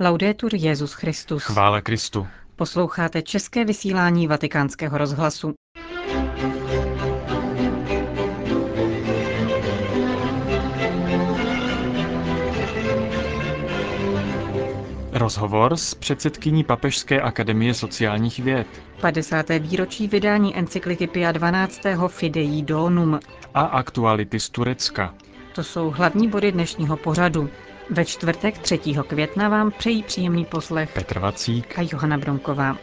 Laudetur Jesus Christus. Chvála Kristu. Posloucháte české vysílání Vatikánského rozhlasu. Rozhovor s předsedkyní Papežské akademie sociálních věd. 50. výročí vydání encykliky Pia XII. Fidei Donum. A aktuality z Turecka. To jsou hlavní body dnešního pořadu. Ve čtvrtek 3. května vám přejí příjemný poslech Petr Vacík a Johana Bronková.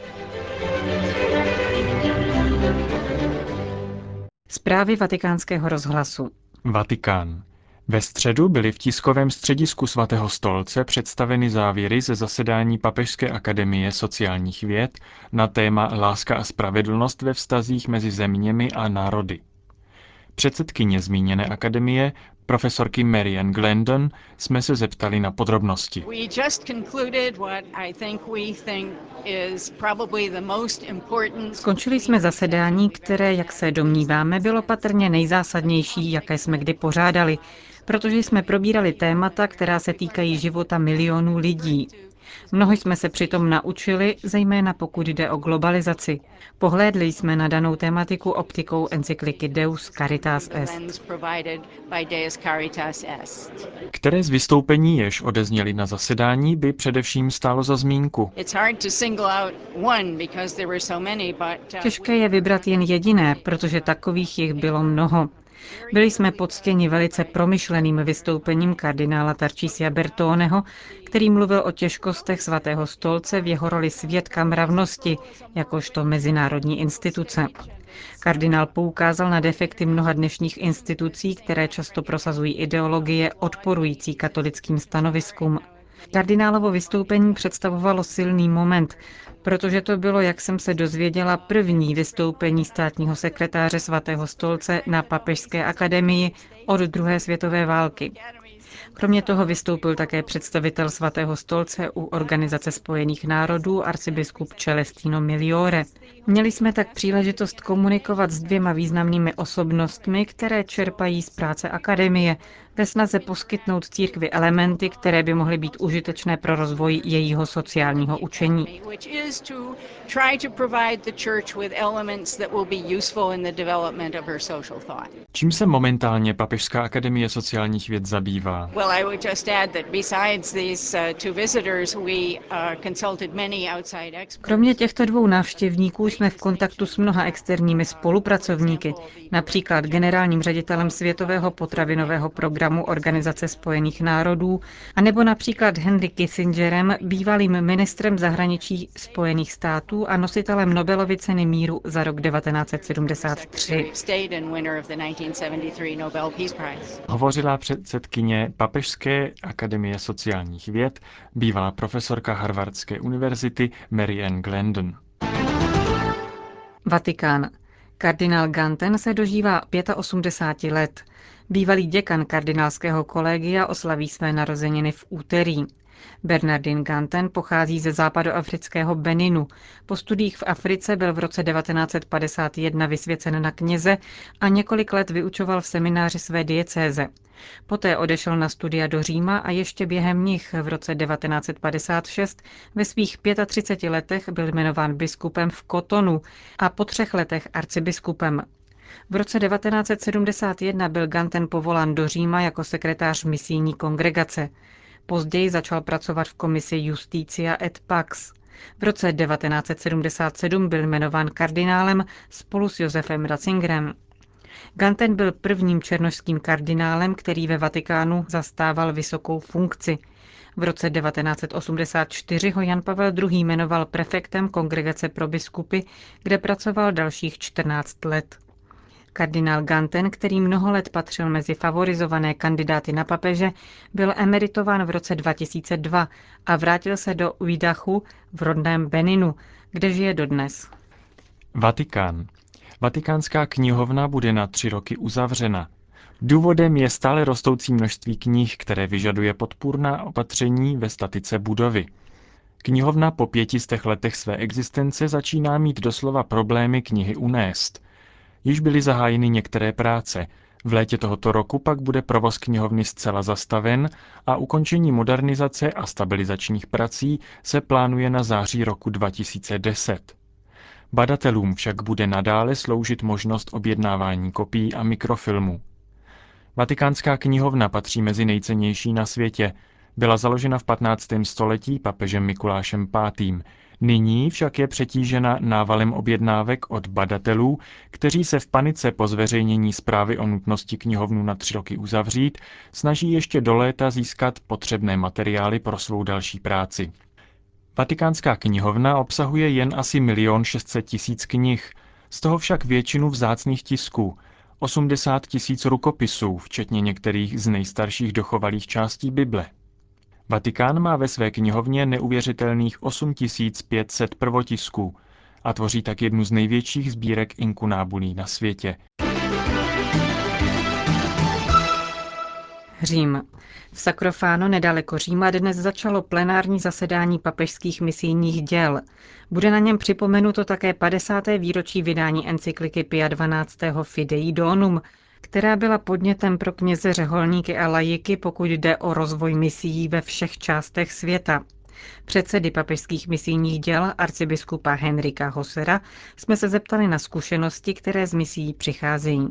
Zprávy Vatikánského rozhlasu. Vatikán. Ve středu byly v tiskovém středisku Svatého stolce představeny závěry ze zasedání Papežské akademie sociálních věd na téma Láska a spravedlnost ve vztazích mezi zeměmi a národy. Předsedkyně zmíněné akademie, profesorky Marianne Glendon, jsme se zeptali na podrobnosti. Skončili jsme zasedání, které, jak se domníváme, bylo patrně nejzásadnější, jaké jsme kdy pořádali, protože jsme probírali témata, která se týkají života milionů lidí. Mnoho jsme se přitom naučili, zejména pokud jde o globalizaci. Pohlédli jsme na danou tematiku optikou encykliky Deus Caritas Est. Které z vystoupení, jež odezněly na zasedání, by především stálo za zmínku? Těžké je vybrat jen jediné, protože takových jich bylo mnoho. Byli jsme poctěni velice promyšleným vystoupením kardinála Tarcisia Bertoneho, který mluvil o těžkostech Svatého stolce v jeho roli svědka mravnosti, jakožto mezinárodní instituce. Kardinál poukázal na defekty mnoha dnešních institucí, které často prosazují ideologie odporující katolickým stanoviskům. Kardinálovo vystoupení představovalo silný moment, protože to bylo, jak jsem se dozvěděla, první vystoupení státního sekretáře Svatého stolce na Papežské akademii od druhé světové války. Kromě toho vystoupil také představitel Svatého stolce u Organizace spojených národů arcibiskup Celestino Migliore. Měli jsme tak příležitost komunikovat s dvěma významnými osobnostmi, které čerpají z práce akademie, ve snaze poskytnout církvi elementy, které by mohly být užitečné pro rozvoj jejího sociálního učení. Čím se momentálně Papežská akademie sociálních věd zabývá? Kromě těchto dvou návštěvníků jsme v kontaktu s mnoha externími spolupracovníky, například generálním ředitelem Světového potravinového programu Organizace spojených národů, anebo například Henry Kissingerem, bývalým ministrem zahraničí Spojených států a nositelem Nobelovy ceny míru za rok 1973. Hovořila předsedkyně Papežské akademie sociálních věd, bývalá profesorka Harvardské univerzity Marianne Glendon. Vatikán. Kardinál Ganten se dožívá 85 let. Bývalý děkan kardinálského kolegia oslaví své narozeniny v úterý. Bernardin Ganten pochází ze západoafrického Beninu. Po studiích v Africe byl v roce 1951 vysvěcen na kněze a několik let vyučoval v semináři své diecéze. Poté odešel na studia do Říma a ještě během nich v roce 1956 ve svých 35 letech byl jmenován biskupem v Kotonu a po 3 letech arcibiskupem. V roce 1971 byl Ganten povolán do Říma jako sekretář misijní kongregace. Později začal pracovat v komisi Justitia et Pax. V roce 1977 byl jmenován kardinálem spolu s Josefem Ratzingerem. Ganten byl prvním černošským kardinálem, který ve Vatikánu zastával vysokou funkci. V roce 1984 ho Jan Pavel II. Jmenoval prefektem Kongregace pro biskupy, kde pracoval dalších 14 let. Kardinál Ganten, který mnoho let patřil mezi favorizované kandidáty na papeže, byl emeritován v roce 2002 a vrátil se do Uidachu v rodném Beninu, kde žije dodnes. Vatikán. Vatikánská knihovna bude na 3 roky uzavřena. Důvodem je stále rostoucí množství knih, které vyžaduje podpůrná opatření ve statice budovy. Knihovna po 500 letech své existence začíná mít doslova problémy knihy unést. Již byly zahájeny některé práce, V létě tohoto roku pak bude provoz knihovny zcela zastaven a ukončení modernizace a stabilizačních prací se plánuje na září roku 2010. Badatelům však bude nadále sloužit možnost objednávání kopií a mikrofilmů. Vatikánská knihovna patří mezi nejcennější na světě. Byla založena v 15. století papežem Mikulášem V. Nyní však je přetížena návalem objednávek od badatelů, kteří se v panice po zveřejnění zprávy o nutnosti knihovnu na 3 roky uzavřít snaží ještě do léta získat potřebné materiály pro svou další práci. Vatikánská knihovna obsahuje jen asi 1 600 000 knih, z toho však většinu vzácných tisků, 80 000 rukopisů, včetně některých z nejstarších dochovalých částí Bible. Vatikán má ve své knihovně neuvěřitelných 8 500 prvotisků a tvoří tak jednu z největších sbírek inkunabulí na světě. Řím. V Sacrofano nedaleko Říma dnes začalo plenární zasedání papežských misijních děl. Bude na něm připomenuto také 50. výročí vydání encykliky Pia XII. Fidei Donum, která byla podnětem pro kněze, řeholníky a laiky, pokud jde o rozvoj misií ve všech částech světa. Předsedy papežských misijních děl arcibiskupa Henrika Hosera jsme se zeptali na zkušenosti, které z misií přicházejí.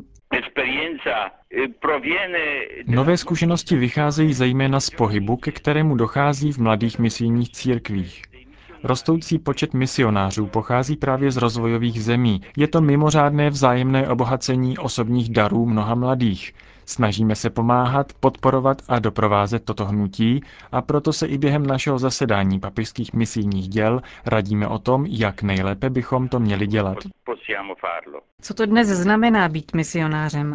Nové zkušenosti vycházejí zejména z pohybu, ke kterému dochází v mladých misijních církvích. Rostoucí počet misionářů pochází právě z rozvojových zemí. Je to mimořádné vzájemné obohacení osobních darů mnoha mladých. Snažíme se pomáhat, podporovat a doprovázet toto hnutí a proto se i během našeho zasedání papežských misijních děl radíme o tom, jak nejlépe bychom to měli dělat. Co to dnes znamená být misionářem?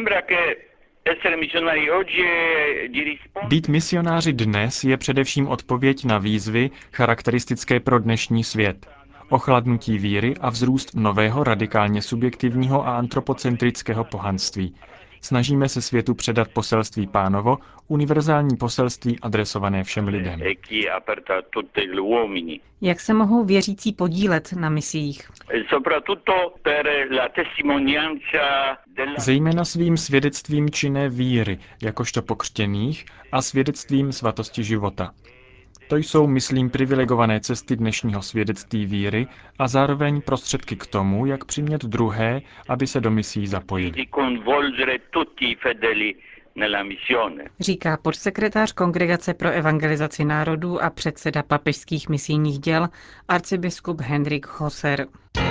Být misionáři dnes je především odpověď na výzvy charakteristické pro dnešní svět. Ochladnutí víry a vzrůst nového radikálně subjektivního a antropocentrického pohanství. Snažíme se světu předat poselství Pánovo, univerzální poselství adresované všem lidem. Jak se mohou věřící podílet na misiích? Zejména svým svědectvím činné víry, jakožto pokřtěných, a svědectvím svatosti života. To jsou, myslím, privilegované cesty dnešního svědectví víry a zároveň prostředky k tomu, jak přimět druhé, aby se do misí zapojili. Říká podsekretář Kongregace pro evangelizaci národů a předseda papežských misijních děl arcibiskup Henrik Hoser.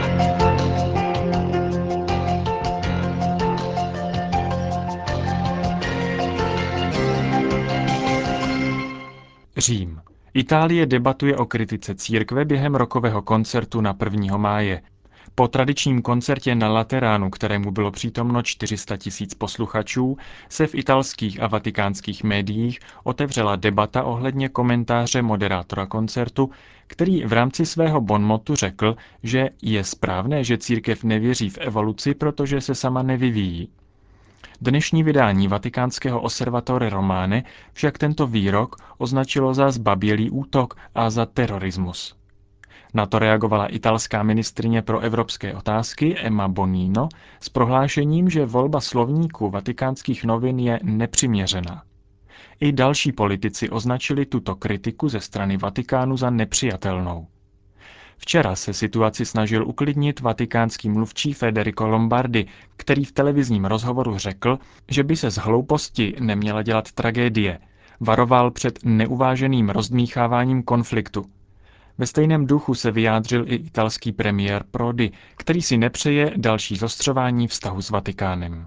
Řím. Itálie debatuje o kritice církve během rokového koncertu na 1. máje. Po tradičním koncertě na Lateránu, kterému bylo přítomno 400 000 posluchačů, se v italských a vatikánských médiích otevřela debata ohledně komentáře moderátora koncertu, který v rámci svého bonmotu řekl, že je správné, že církev nevěří v evoluci, protože se sama nevyvíjí. Dnešní vydání vatikánského Osservatore Romane však tento výrok označilo za zbabělý útok a za terorismus. Na to reagovala italská ministryně pro evropské otázky Emma Bonino s prohlášením, že volba slovníků vatikánských novin je nepřiměřená. I další politici označili tuto kritiku ze strany Vatikánu za nepřijatelnou. Včera se situaci snažil uklidnit vatikánský mluvčí Federico Lombardi, který v televizním rozhovoru řekl, že by se z hlouposti neměla dělat tragédie. Varoval před neuváženým rozdmícháváním konfliktu. Ve stejném duchu se vyjádřil i italský premiér Prodi, který si nepřeje další zostřování vztahu s Vatikánem.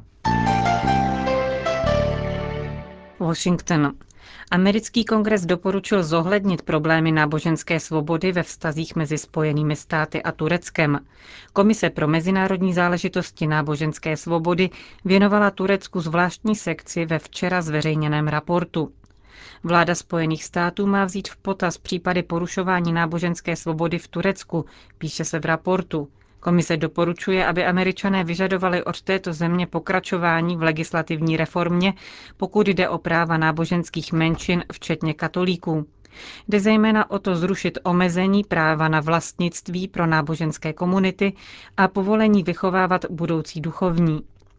Washington. Americký kongres doporučil zohlednit problémy náboženské svobody ve vztazích mezi Spojenými státy a Tureckem. Komise pro mezinárodní záležitosti náboženské svobody věnovala Turecku zvláštní sekci ve včera zveřejněném raportu. Vláda Spojených států má vzít v potaz případy porušování náboženské svobody v Turecku, píše se v raportu. Komise doporučuje, aby Američané vyžadovali od této země pokračování v legislativní reformě, pokud jde o práva náboženských menšin, včetně katolíků. Jde zejména o to zrušit omezení práva na vlastnictví pro náboženské komunity a povolení vychovávat budoucí duchovní.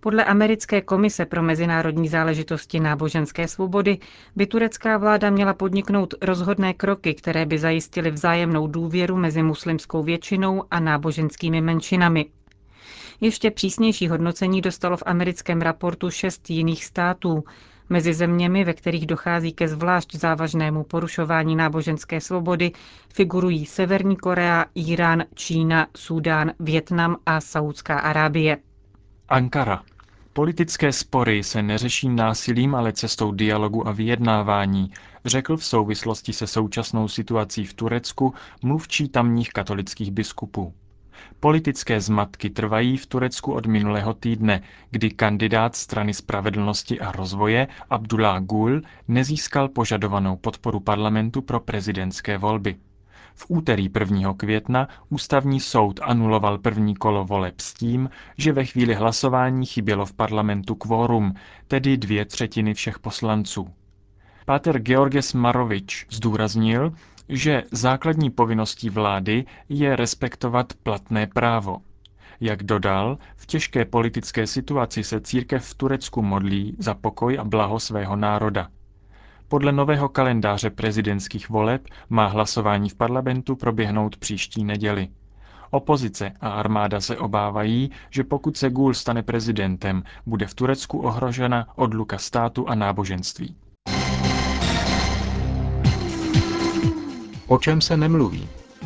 Podle americké komise pro mezinárodní záležitosti náboženské svobody by turecká vláda měla podniknout rozhodné kroky, které by zajistily vzájemnou důvěru mezi muslimskou většinou a náboženskými menšinami. Ještě přísnější hodnocení dostalo v americkém raportu 6 jiných států. Mezi zeměmi, ve kterých dochází ke zvlášť závažnému porušování náboženské svobody, figurují Severní Korea, Írán, Čína, Súdán, Vietnam a Saúdská Arábie. Ankara. Politické spory se neřeší násilím, ale cestou dialogu a vyjednávání, řekl v souvislosti se současnou situací v Turecku mluvčí tamních katolických biskupů. Politické zmatky trvají v Turecku od minulého týdne, kdy kandidát Strany spravedlnosti a rozvoje Abdullah Gül nezískal požadovanou podporu parlamentu pro prezidentské volby. V úterý 1. května ústavní soud anuloval první kolo voleb s tím, že ve chvíli hlasování chybělo v parlamentu kvórum, tedy 2/3 všech poslanců. Páter Georges Marovič zdůraznil, že základní povinností vlády je respektovat platné právo. Jak dodal, v těžké politické situaci se církev v Turecku modlí za pokoj a blaho svého národa. Podle nového kalendáře prezidentských voleb má hlasování v parlamentu proběhnout příští neděli. Opozice a armáda se obávají, že pokud se Gül stane prezidentem, bude v Turecku ohrožena odluka státu a náboženství. O čem se nemluví?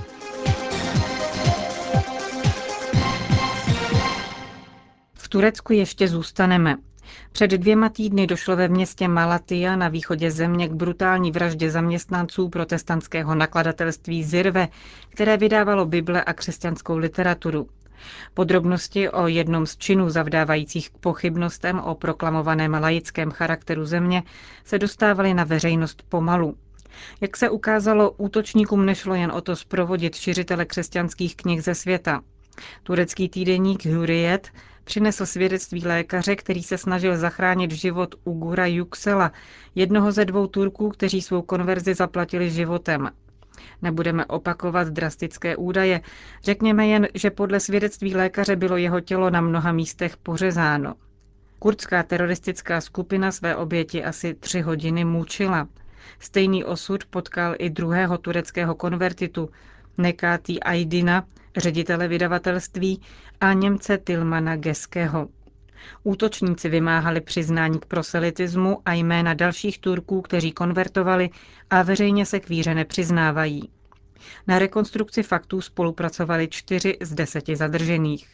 V Turecku ještě zůstaneme. Před 2 týdny došlo ve městě Malatya na východě země k brutální vraždě zaměstnanců protestantského nakladatelství Zirve, které vydávalo Bible a křesťanskou literaturu. Podrobnosti o jednom z činů zavdávajících k pochybnostem o proklamovaném laickém charakteru země se dostávaly na veřejnost pomalu. Jak se ukázalo, útočníkům nešlo jen o to zprovodit šiřitele křesťanských knih ze světa. Turecký týdeník Hürriyet přinesl svědectví lékaře, který se snažil zachránit život Ugura Yüksela, jednoho ze 2 Turků, kteří svou konverzi zaplatili životem. Nebudeme opakovat drastické údaje, řekněme jen, že podle svědectví lékaře bylo jeho tělo na mnoha místech pořezáno. Kurdská teroristická skupina své oběti asi 3 hodiny mučila. Stejný osud potkal i druhého tureckého konvertitu, Nekati Aydina, ředitele vydavatelství, a Němce Tilmana Geského. Útočníci vymáhali přiznání k proselitismu a jména dalších Turků, kteří konvertovali a veřejně se k víře nepřiznávají. Na rekonstrukci faktů spolupracovali 4 z 10 zadržených.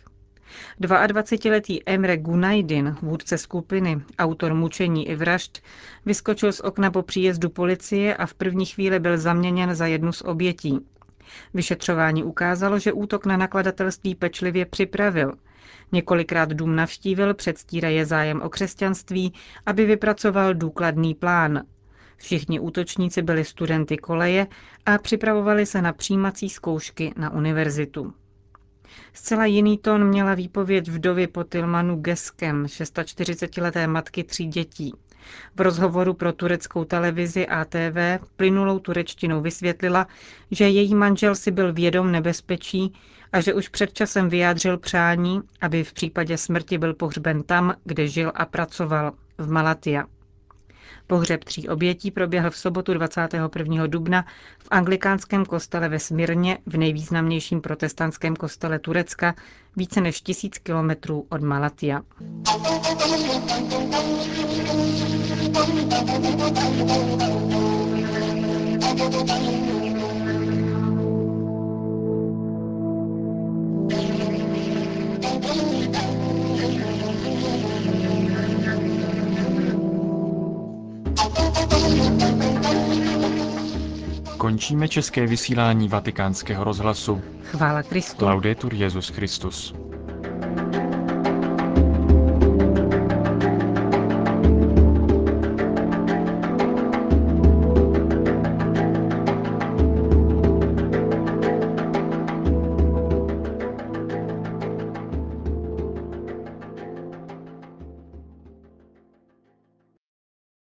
22-letý Emre Günaydin, vůdce skupiny, autor mučení i vražd, vyskočil z okna po příjezdu policie a v první chvíli byl zaměněn za jednu z obětí. Vyšetřování ukázalo, že útok na nakladatelství pečlivě připravil. Několikrát dům navštívil, předstíraje zájem o křesťanství, aby vypracoval důkladný plán. Všichni útočníci byli studenty koleje a připravovali se na přijímací zkoušky na univerzitu. Zcela jiný tón měla výpověď vdovy po Tilmanu Geskem, 46leté matky 3 dětí. V rozhovoru pro tureckou televizi ATV plynulou turečtinou vysvětlila, že její manžel si byl vědom nebezpečí a že už před časem vyjádřil přání, aby v případě smrti byl pohřben tam, kde žil a pracoval, v Malatya. Pohřeb 3 obětí proběhl v sobotu 21. dubna v anglikánském kostele ve Smyrně, v nejvýznamnějším protestantském kostele Turecka, více než 1000 kilometrů od Malatya. Končíme české vysílání Vatikánského rozhlasu. Chvála Kristu. Laudetur Jesus Christus.